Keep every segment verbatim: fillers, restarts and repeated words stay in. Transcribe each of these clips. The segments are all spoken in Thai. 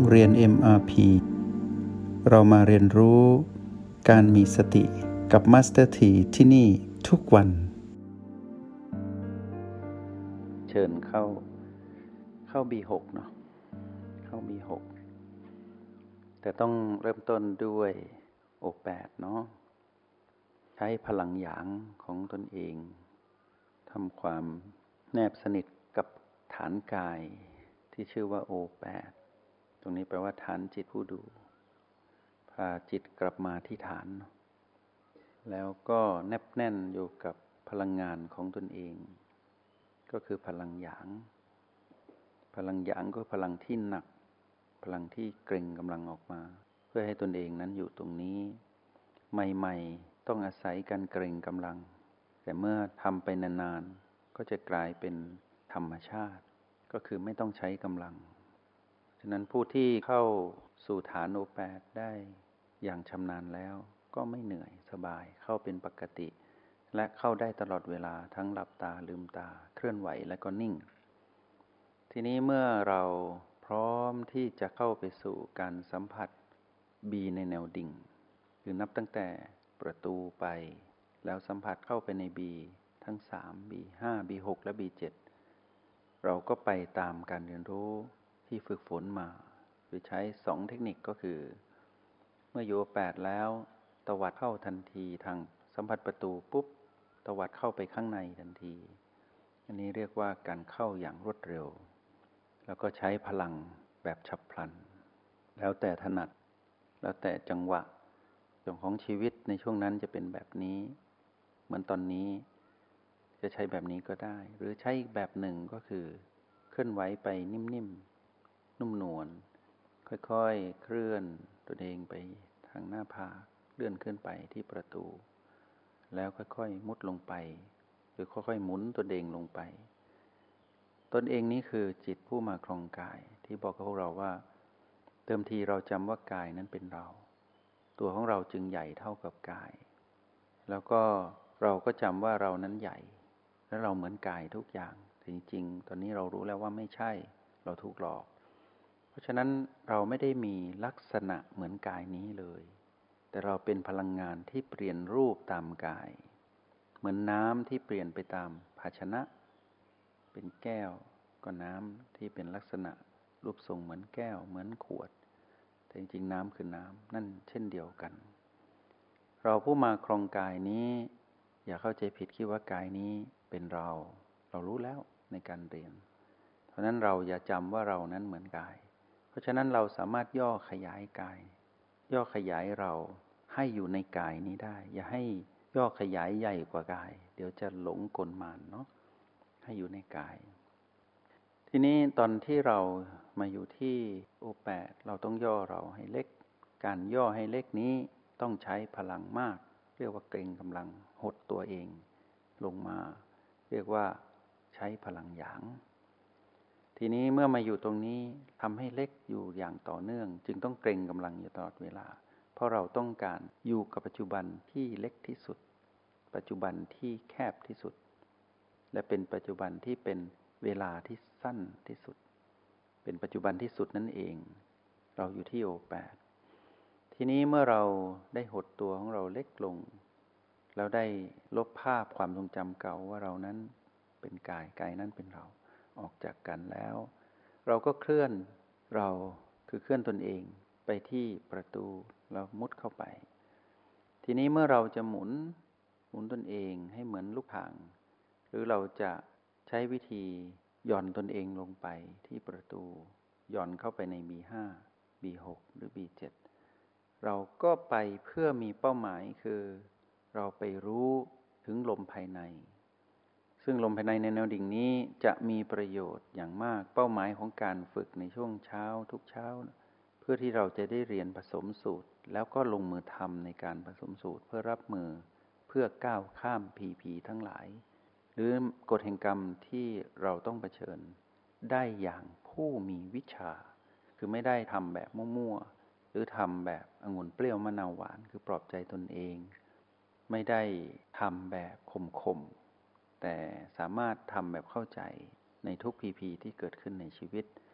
เรียน เอ็ม อาร์ พี เรามาเรียนรู้การมีสติกับ Master T ที่นี่ทุกวันเชิญเข้าเข้า บี หก เนาะเข้า บี หก แต่ต้องเริ่มต้นด้วย โอ แปด เนาะใช้พลังหยางของตนเองทำความแนบสนิทกับฐานกายที่ชื่อว่า โอ แปด ตรงนี้แปลว่าฐานจิตผู้ดูพาจิตกลับมาที่ฐานแล้วก็แนบแน่นอยู่กับพลังงานของตนเองก็คือพลังหยางพลังหยางก็พลังที่หนักพลังที่เกร็งกำลังออกมาเพื่อให้ตนเองนั้นอยู่ตรงนี้ใหม่ๆต้องอาศัยการเกร็งกำลังแต่เมื่อทำไปนานๆก็จะกลายเป็นธรรมชาติก็คือไม่ต้องใช้กำลังฉะนั้นผู้ที่เข้าสู่ฐาน โอ แปด ได้อย่างชำนาญแล้วก็ไม่เหนื่อยสบายเข้าเป็นปกติและเข้าได้ตลอดเวลาทั้งหลับตาลืมตาเคลื่อนไหวและก็นิ่งทีนี้เมื่อเราพร้อมที่จะเข้าไปสู่การสัมผัส B ในแนวดิ่งคือนับตั้งแต่ประตูไปแล้วสัมผัสเข้าไปใน B ทั้งสาม บี ห้า บี หก และ บี เจ็ด เราก็ไปตามการเรียนรู้ที่ฝึกฝนมาโดยใช้สองเทคนิคก็คือเมื่ออยู่ โอ แปด แล้วตวัดเข้าทันทีทางสัมผัสประตูปุ๊บตวัดเข้าไปข้างในทันทีอันนี้เรียกว่าการเข้าอย่างรวดเร็วแล้วก็ใช้พลังแบบฉับพลันแล้วแต่ถนัดแล้วแต่จังหวะของชีวิตในช่วงนั้นจะเป็นแบบนี้เหมือนตอนนี้จะใช้แบบนี้ก็ได้หรือใช้อีกแบบหนึ่งก็คือเคลื่อนไหวไปนิ่มๆนุ่มนวลค่อยๆเคลื่อนตัวเองไปทางหน้าผากเลื่อนขึ้นไปที่ประตูแล้วค่อยๆมุดลงไปหรือค่อยๆหมุนตัวเองลงไปตนเองนี้คือจิตผู้มาครองกายที่บอกกับพวกเราว่าเดิมทีเราจำว่ากายนั้นเป็นเราตัวของเราจึงใหญ่เท่ากับกายแล้วก็เราก็จำว่าเรานั้นใหญ่และเราเหมือนกายทุกอย่างจริงๆตอนนี้เรารู้แล้วว่าไม่ใช่เราถูกหลอกเพราะฉะนั้นเราไม่ได้มีลักษณะเหมือนกายนี้เลยแต่เราเป็นพลังงานที่เปลี่ยนรูปตามกายเหมือนน้ำที่เปลี่ยนไปตามภาชนะเป็นแก้วก็น้ำที่เป็นลักษณะรูปทรงเหมือนแก้วเหมือนขวดแต่จริงๆน้ำคือน้ำนั่นเช่นเดียวกันเราผู้มาครองกายนี้อย่าเข้าใจผิดคิดว่ากายนี้เป็นเราเรารู้แล้วในการเรียนเพราะนั้นเราอย่าจำว่าเรานั้นเหมือนกายเพราะฉะนั้นเราสามารถย่อขยายกายย่อขยายเราให้อยู่ในกายนี้ได้อย่าให้ย่อขยายใหญ่กว่ากายเดี๋ยวจะหลงกลมานเนาะให้อยู่ในกายทีนี้ตอนที่เรามาอยู่ที่ โอ แปด เราต้องย่อเราให้เล็กการย่อให้เล็กนี้ต้องใช้พลังมากเรียกว่าเกร็งกำลังหดตัวเองลงมาเรียกว่าใช้พลังหยางทีนี้เมื่อมาอยู่ตรงนี้ทำให้เล็กอยู่อย่างต่อเนื่องจึงต้องเกร็งกำลังอยู่ตลอดเวลาเพราะเราต้องการอยู่กับปัจจุบันที่เล็กที่สุดปัจจุบันที่แคบที่สุดและเป็นปัจจุบันที่เป็นเวลาที่สั้นที่สุดเป็นปัจจุบันที่สุดนั่นเองเราอยู่ที่ โอ แปด ทีนี้เมื่อเราได้หดตัวของเราเล็กลงแล้วได้ลบภาพความทรงจำเก่าว่าเรานั้นเป็นกายกายนั้นเป็นเราออกจากกันแล้วเราก็เคลื่อนเราคือเคลื่อนตนเองไปที่ประตูแล้วมุดเข้าไปทีนี้เมื่อเราจะหมุนหมุนตนเองให้เหมือนลูกหางหรือเราจะใช้วิธีหย่อนตนเองลงไปที่ประตูหย่อนเข้าไปใน บี ห้า บี หก หรือ บี เจ็ด เราก็ไปเพื่อมีเป้าหมายคือเราไปรู้ถึงลมภายในซึ่งลมภายในในแนวดิ่งนี้จะมีประโยชน์อย่างมากเป้าหมายของการฝึกในช่วงเช้าทุกเช้าเพื่อที่เราจะได้เรียนผสมสูตรแล้วก็ลงมือทำในการผสมสูตรเพื่อรับมือเพื่อก้าวข้ามผีผีทั้งหลายหรือกฎแห่งกรรมที่เราต้องเผชิญได้อย่างผู้มีวิชาคือไม่ได้ทำแบบมั่วๆหรือทำแบบองุ่นเปรี้ยวมะนาวหวานคือปลอบใจตนเองไม่ได้ทำแบบคมๆแต่สามารถทำแบบเข้าใจในทุกพีพีที่เกิดขึ้นในชีวิต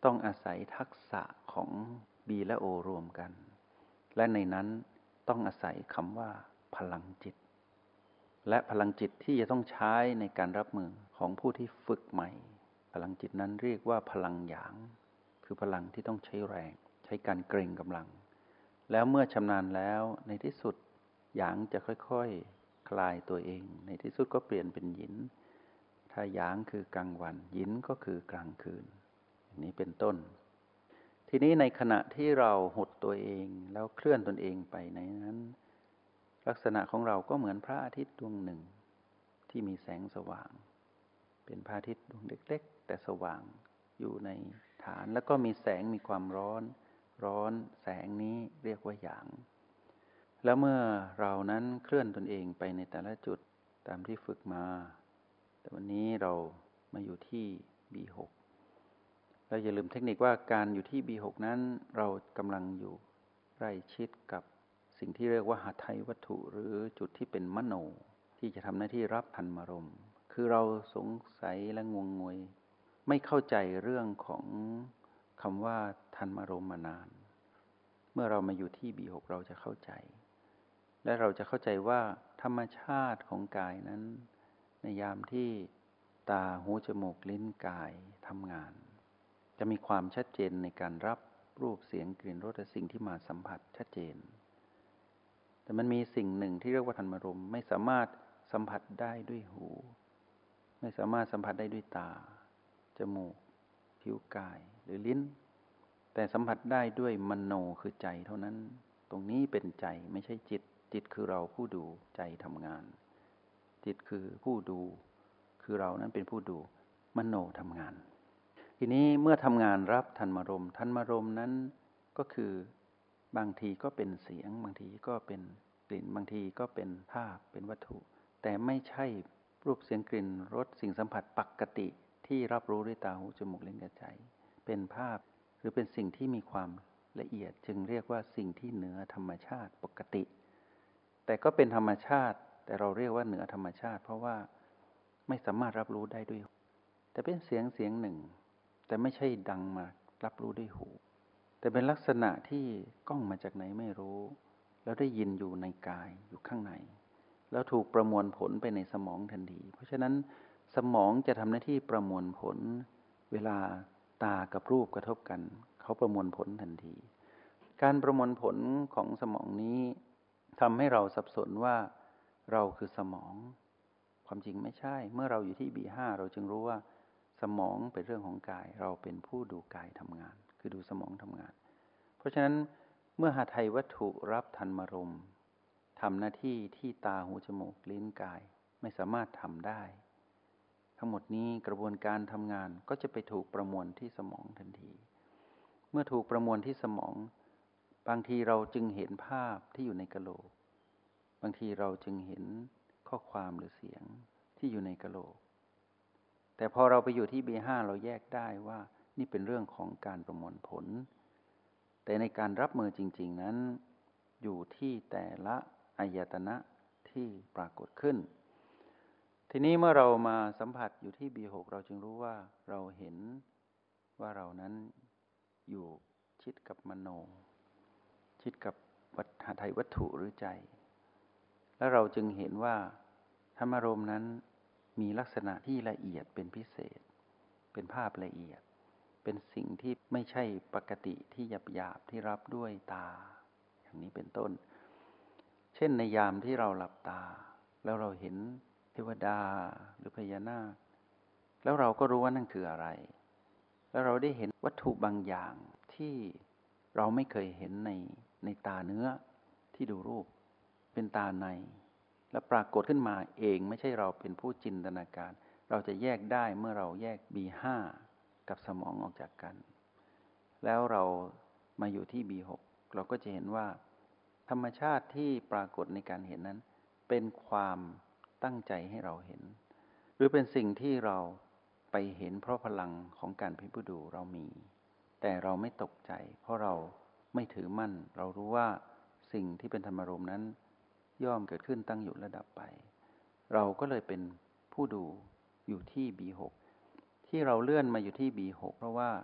ต้องอาศัยทักษะของ B และ O รวมกันและในนั้นต้องอาศัยคำว่าพลังจิตและพลังจิตที่จะต้องใช้ในการรับมือของผู้ที่ฝึกใหม่พลังจิตนั้นเรียกว่าพลังหยางคือพลังที่ต้องใช้แรงใช้การเกร็งกำลังแล้วเมื่อชำนาญแล้วในที่สุดหยางจะค่อยๆคลายตัวเองในที่สุดก็เปลี่ยนเป็นหยินถ้าหยางคือกลางวันหยินก็คือกลางคืนอย่างนี้เป็นต้นทีนี้ในขณะที่เราหดตัวเองแล้วเคลื่อนตนเองไปในนั้นลักษณะของเราก็เหมือนพระอาทิตย์ดวงหนึ่งที่มีแสงสว่างเป็นพระอาทิตย์ดวงเล็กๆแต่สว่างอยู่ในฐานแล้วก็มีแสงมีความร้อนร้อนแสงนี้เรียกว่าหยางแล้วเมื่อเรานั้นเคลื่อนตนเองไปในแต่ละจุดตามที่ฝึกมาแต่วันนี้เรามาอยู่ที่ บี หก เราอย่าลืมเทคนิคว่าการอยู่ที่ บี หก นั้นเรากำลังอยู่ใกล้ชิดกับสิ่งที่เรียกว่าหทัยวัตถุหรือจุดที่เป็นมโนที่จะทำหน้าที่รับธรรมารมณ์คือเราสงสัยและงวงงวยไม่เข้าใจเรื่องของคำว่าธรรมารมณ์มานานเมื่อเรามาอยู่ที่ บี หก เราจะเข้าใจและเราจะเข้าใจว่าธรรมชาติของกายนั้นในยามที่ตาหูจมูกลิ้นกายทำงานจะมีความชัดเจนในการรับรูปเสียงกลิ่นรสและสิ่งที่มาสัมผัสชัดเจนแต่มันมีสิ่งหนึ่งที่เรียกว่าธรรมารมณ์ไม่สามารถสัมผัสได้ด้วยหูไม่สามารถสัมผัสได้ด้วยตาจมูกผิวกายหรือลิ้นแต่สัมผัสได้ด้วยมโนคือใจเท่านั้นตรงนี้เป็นใจไม่ใช่จิตจิตคือเราผู้ดูใจทำงานจิตคือผู้ดูคือเรานั้นเป็นผู้ดูมโนทำงานทีนี้เมื่อทำงานรับธรรมารมณ์ธรรมารมณ์นั้นก็คือบางทีก็เป็นเสียงบางทีก็เป็นกลิ่นบางทีก็เป็นภาพเป็นวัตถุแต่ไม่ใช่รูปเสียงกลิ่นรสสิ่งสัมผัสปกติที่รับรู้ด้วยตาหูจมูกลิ้นกายใจเป็นภาพหรือเป็นสิ่งที่มีความละเอียดจึงเรียกว่าสิ่งที่เหนือธรรมชาติปกติแต่ก็เป็นธรรมชาติแต่เราเรียกว่าเหนือธรรมชาติเพราะว่าไม่สามารถรับรู้ได้ด้วยแต่เป็นเสียงเสียงหนึ่งแต่ไม่ใช่ดังมารับรู้ด้วยหูแต่เป็นลักษณะที่ก้องมาจากไหนไม่รู้แล้วได้ยินอยู่ในกายอยู่ข้างในแล้วถูกประมวลผลไปในสมองทันทีเพราะฉะนั้นสมองจะทำหน้าที่ประมวลผลเวลาตากับรูปกระทบกันเขาประมวลผลทันทีการประมวลผลของสมองนี้ทำให้เราสับสนว่าเราคือสมองความจริงไม่ใช่เมื่อเราอยู่ที่ บี ห้า เราจึงรู้ว่าสมองเป็นเรื่องของกายเราเป็นผู้ดูกายทำงานคือดูสมองทำงานเพราะฉะนั้นเมื่อหทัยวัตถุรับธรรมารมณ์ทำหน้าที่ที่ตาหูจมูกลิ้นกายไม่สามารถทำได้ทั้งหมดนี้กระบวนการทำงานก็จะไปถูกประมวลที่สมองทันทีเมื่อถูกประมวลที่สมองบางทีเราจึงเห็นภาพที่อยู่ในกะโหลกบางทีเราจึงเห็นข้อความหรือเสียงที่อยู่ในกะโหลกแต่พอเราไปอยู่ที่ บี ห้า เราแยกได้ว่านี่เป็นเรื่องของการประมวลผลแต่ในการรับมือจริงๆนั้นอยู่ที่แต่ละอายตนะที่ปรากฏขึ้นทีนี้เมื่อเรามาสัมผัสอยู่ที่ บี หก เราจึงรู้ว่าเราเห็นว่าเรานั้นอยู่ชิดกับมโนชิดกับวัฏหทัยวัตถุหรือใจและเราจึงเห็นว่าธรรมารมณ์นั้นมีลักษณะที่ละเอียดเป็นพิเศษเป็นภาพละเอียดเป็นสิ่งที่ไม่ใช่ปกติที่หยาบๆที่รับด้วยตาอย่างนี้เป็นต้นเช่นในยามที่เราหลับตาแล้วเราเห็นเทวดาหรือพญานาคแล้วเราก็รู้ว่านั่นคืออะไรแล้วเราได้เห็นวัตถุบางอย่างที่เราไม่เคยเห็นในในตาเนื้อที่ดูรูปเป็นตาในและปรากฏขึ้นมาเองไม่ใช่เราเป็นผู้จินตนาการเราจะแยกได้เมื่อเราแยก บี ห้า กับสมองออกจากกันแล้วเรามาอยู่ที่ บี หก เราก็จะเห็นว่าธรรมชาติที่ปรากฏในการเห็นนั้นเป็นความตั้งใจให้เราเห็นหรือเป็นสิ่งที่เราไปเห็นเพราะพลังของการเป็นผู้ดูเรามีแต่เราไม่ตกใจเพราะเราไม่ถือมั่นเรารู้ว่าสิ่งที่เป็นธรรมารมณ์นั้นย่อมเกิดขึ้นตั้งอยู่ระดับไปเราก็เลยเป็นผู้ดูอยู่ที่ บี หก ที่เราเลื่อนมาอยู่ที่ บี หก เพราะว่า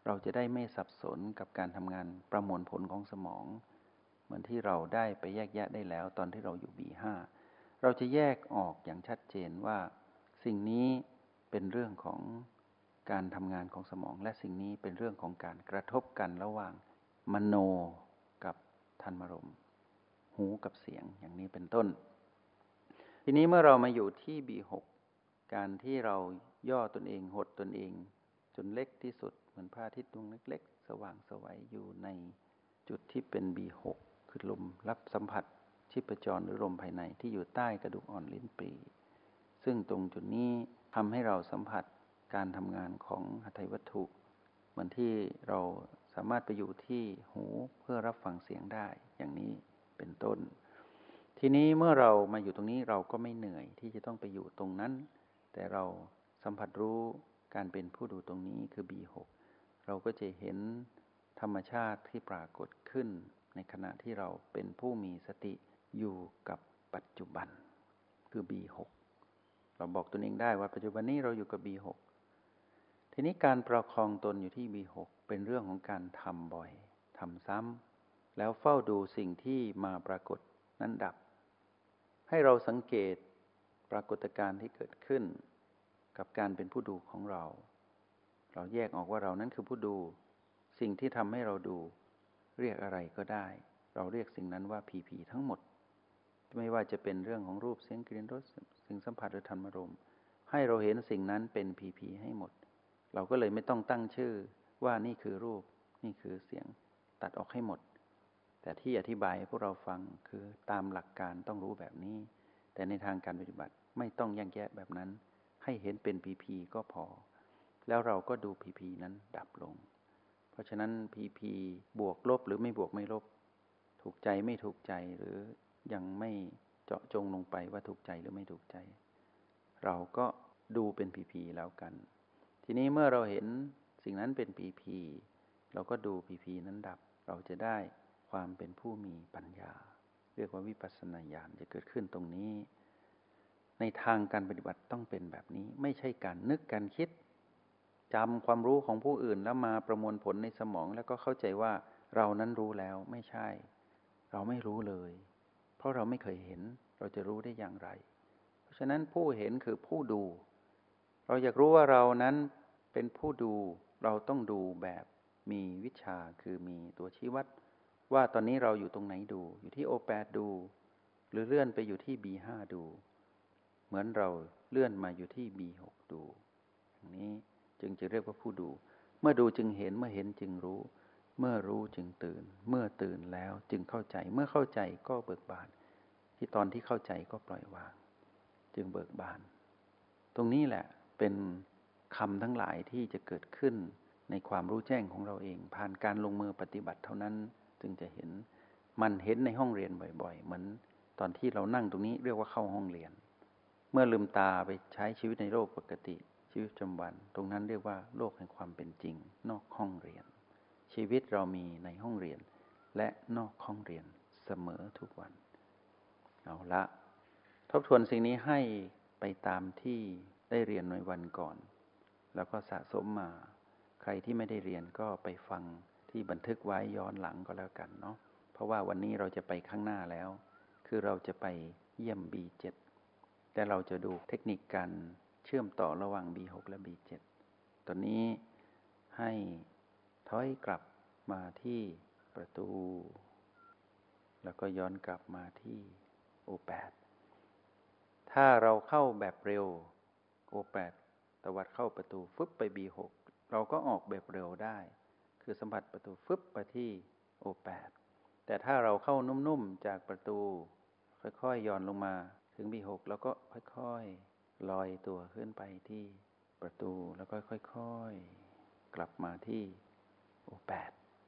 เราจะได้ไม่สับสนกับการทำงานประมวลผลของสมองเหมือนที่เราได้ไปแยกแยะได้แล้วตอนที่เราอยู่ บี ห้า เราจะแยกออกอย่างชัดเจนว่าสิ่งนี้เป็นเรื่องของการทำงานของสมองและสิ่งนี้เป็นเรื่องของการกระทบกันระหว่างมโนกับธรรมารมณ์หูกับเสียงอย่างนี้เป็นต้นทีนี้เมื่อเรามาอยู่ที่ บี หก การที่เราย่อตนเองหดตนเองจนเล็กที่สุดเหมือนพระอาทิตย์ดวงเล็กๆสว่างไสวอยู่ในจุดที่เป็น บี หก คือลมรับสัมผัสชีพจรหรือลมภายในที่อยู่ใต้กระดูกอ่อนลิ้นปี่ซึ่งตรงจุดนี้ทำให้เราสัมผัสการทำงานของหทัยวัตถุเหมือนที่เราสามารถไปอยู่ที่หูเพื่อรับฟังเสียงได้อย่างนี้เป็นต้นทีนี้เมื่อเรามาอยู่ตรงนี้เราก็ไม่เหนื่อยที่จะต้องไปอยู่ตรงนั้นแต่เราสัมผัสรู้การเป็นผู้ดูตรงนี้คือ บี หก เราก็จะเห็นธรรมชาติที่ปรากฏขึ้นในขณะที่เราเป็นผู้มีสติอยู่กับปัจจุบันคือ บี หก เราบอกตัวเองได้ว่าปัจจุบันนี้เราอยู่กับ บี หก ทีนี้การประคองตนอยู่ที่ บี หก เป็นเรื่องของการทำบ่อยทำซ้ำแล้วเฝ้าดูสิ่งที่มาปรากฏนั้นดับให้เราสังเกตปรากฏการณ์ที่เกิดขึ้นกับการเป็นผู้ดูของเราเราแยกออกว่าเรานั้นคือผู้ดูสิ่งที่ทำให้เราดูเรียกอะไรก็ได้เราเรียกสิ่งนั้นว่าผีผีทั้งหมดไม่ว่าจะเป็นเรื่องของรูปเสียงกลิ่นรสสิ่งสัมผัสหรือธรรมารมณ์ให้เราเห็นสิ่งนั้นเป็นผีผีให้หมดเราก็เลยไม่ต้องตั้งชื่อว่านี่คือรูปนี่คือเสียงตัดออกให้หมดแต่ที่อธิบายให้พวกเราฟังคือตามหลักการต้องรู้แบบนี้แต่ในทางการปฏิบัติไม่ต้องแยกแยะแบบนั้นให้เห็นเป็นผีผีก็พอแล้วเราก็ดูผีผีนั้นดับลงเพราะฉะนั้นผีผีบวกลบหรือไม่บวกไม่ลบถูกใจไม่ถูกใจหรือยังไม่เจาะจงลงไปว่าถูกใจหรือไม่ถูกใจเราก็ดูเป็นผีผีแล้วกันทีนี้เมื่อเราเห็นสิ่งนั้นเป็นผีผีเราก็ดูผีผีนั้นดับเราจะได้ความเป็นผู้มีปัญญาเรียกว่าวิปัสสนาญาณจะเกิดขึ้นตรงนี้ในทางการปฏิบัติต้องเป็นแบบนี้ไม่ใช่การนึกการคิดจำความรู้ของผู้อื่นแล้วมาประมวลผลในสมองแล้วก็เข้าใจว่าเรานั้นรู้แล้วไม่ใช่เราไม่รู้เลยเพราะเราไม่เคยเห็นเราจะรู้ได้อย่างไรเพราะฉะนั้นผู้เห็นคือผู้ดูเราอยากรู้ว่าเรานั้นเป็นผู้ดูเราต้องดูแบบมีวิชาคือมีตัวชี้วัดว่าตอนนี้เราอยู่ตรงไหนดูอยู่ที่ โอ แปด ดูหรือเลื่อนไปอยู่ที่ บี ห้า ดูเหมือนเราเลื่อนมาอยู่ที่ บี หก ดูอย่างนี้จึงจะเรียกว่าผู้ดูเมื่อดูจึงเห็นเมื่อเห็นจึงรู้เมื่อรู้จึงตื่นเมื่อตื่นแล้วจึงเข้าใจเมื่อเข้าใจก็เบิกบานที่ตอนที่เข้าใจก็ปล่อยวางจึงเบิกบานตรงนี้แหละเป็นคำทั้งหลายที่จะเกิดขึ้นในความรู้แจ้งของเราเองผ่านการลงมือปฏิบัติเท่านั้นจึงจะเห็นมันเห็นในห้องเรียนบ่อยๆเหมือนตอนที่เรานั่งตรงนี้เรียกว่าเข้าห้องเรียนเมื่อลืมตาไปใช้ชีวิตในโลกปกติชีวิตประจำวันตรงนั้นเรียกว่าโลกแห่งความเป็นจริงนอกห้องเรียนชีวิตเรามีในห้องเรียนและนอกห้องเรียนเสมอทุกวันเอาละทบทวนสิ่งนี้ให้ไปตามที่ได้เรียนในวันก่อนแล้วก็สะสมมาใครที่ไม่ได้เรียนก็ไปฟังที่บันทึกไว้ย้อนหลังก็แล้วกันเนาะเพราะว่าวันนี้เราจะไปข้างหน้าแล้วคือเราจะไปเยี่ยม บี เจ็ด แต่เราจะดูเทคนิคการเชื่อมต่อระหว่าง บี หก และ บี เจ็ด ตอนนี้ให้ถอยกลับมาที่ประตูแล้วก็ย้อนกลับมาที่ โอ แปด ถ้าเราเข้าแบบเร็ว โอ แปด ตวัดเข้าประตูฟึบไป บี หก เราก็ออกแบบเร็วได้คือสัมผัสประตูฟึบไปที่ โอ แปด แต่ถ้าเราเข้านุ่มๆจากประตูค่อยๆย้อนลงมาถึง บี หก แล้วก็ค่อยๆลอยตัวขึ้นไปที่ประตูแล้วก็ค่อยๆกลับมาที่ โอ แปด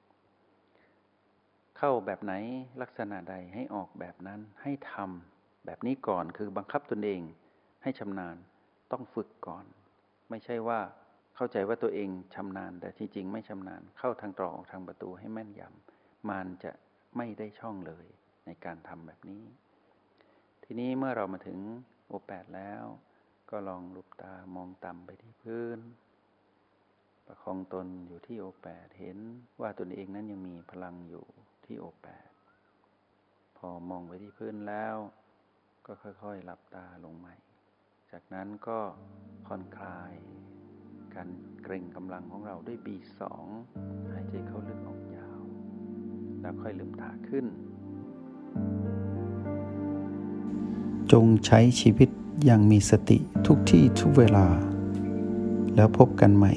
เข้าแบบไหนลักษณะใดให้ออกแบบนั้นให้ทำแบบนี้ก่อนคือบังคับตนเองให้ชำนาญต้องฝึกก่อนไม่ใช่ว่าเข้าใจว่าตัวเองชำนาญแต่ที่จริงไม่ชำนาญเข้าทางตรอกออกทางประตูให้แม่นยำมันจะไม่ได้ช่องเลยในการทำแบบนี้ทีนี้เมื่อเรามาถึง โอ แปด แล้วก็ลองหลุบตามองต่ำไปที่พื้นประคองตนอยู่ที่โอแปดเห็นว่าตนเองนั้นยังมีพลังอยู่ที่โอแปดพอมองไปที่พื้นแล้วก็ค่อยๆหลับตาลงใหม่จากนั้นก็ผ่อนคลายการเกร็งกำลังของเราด้วย บี สอง หายใจเข้าลึกออกยาวแล้วค่อยลืมตาขึ้นจงใช้ชีวิตอย่างมีสติทุกที่ทุกเวลาแล้วพบกันใหม่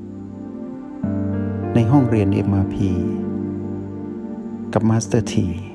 ในห้องเรียน เอ็ม อาร์ พี กับมาสเตอร์ ที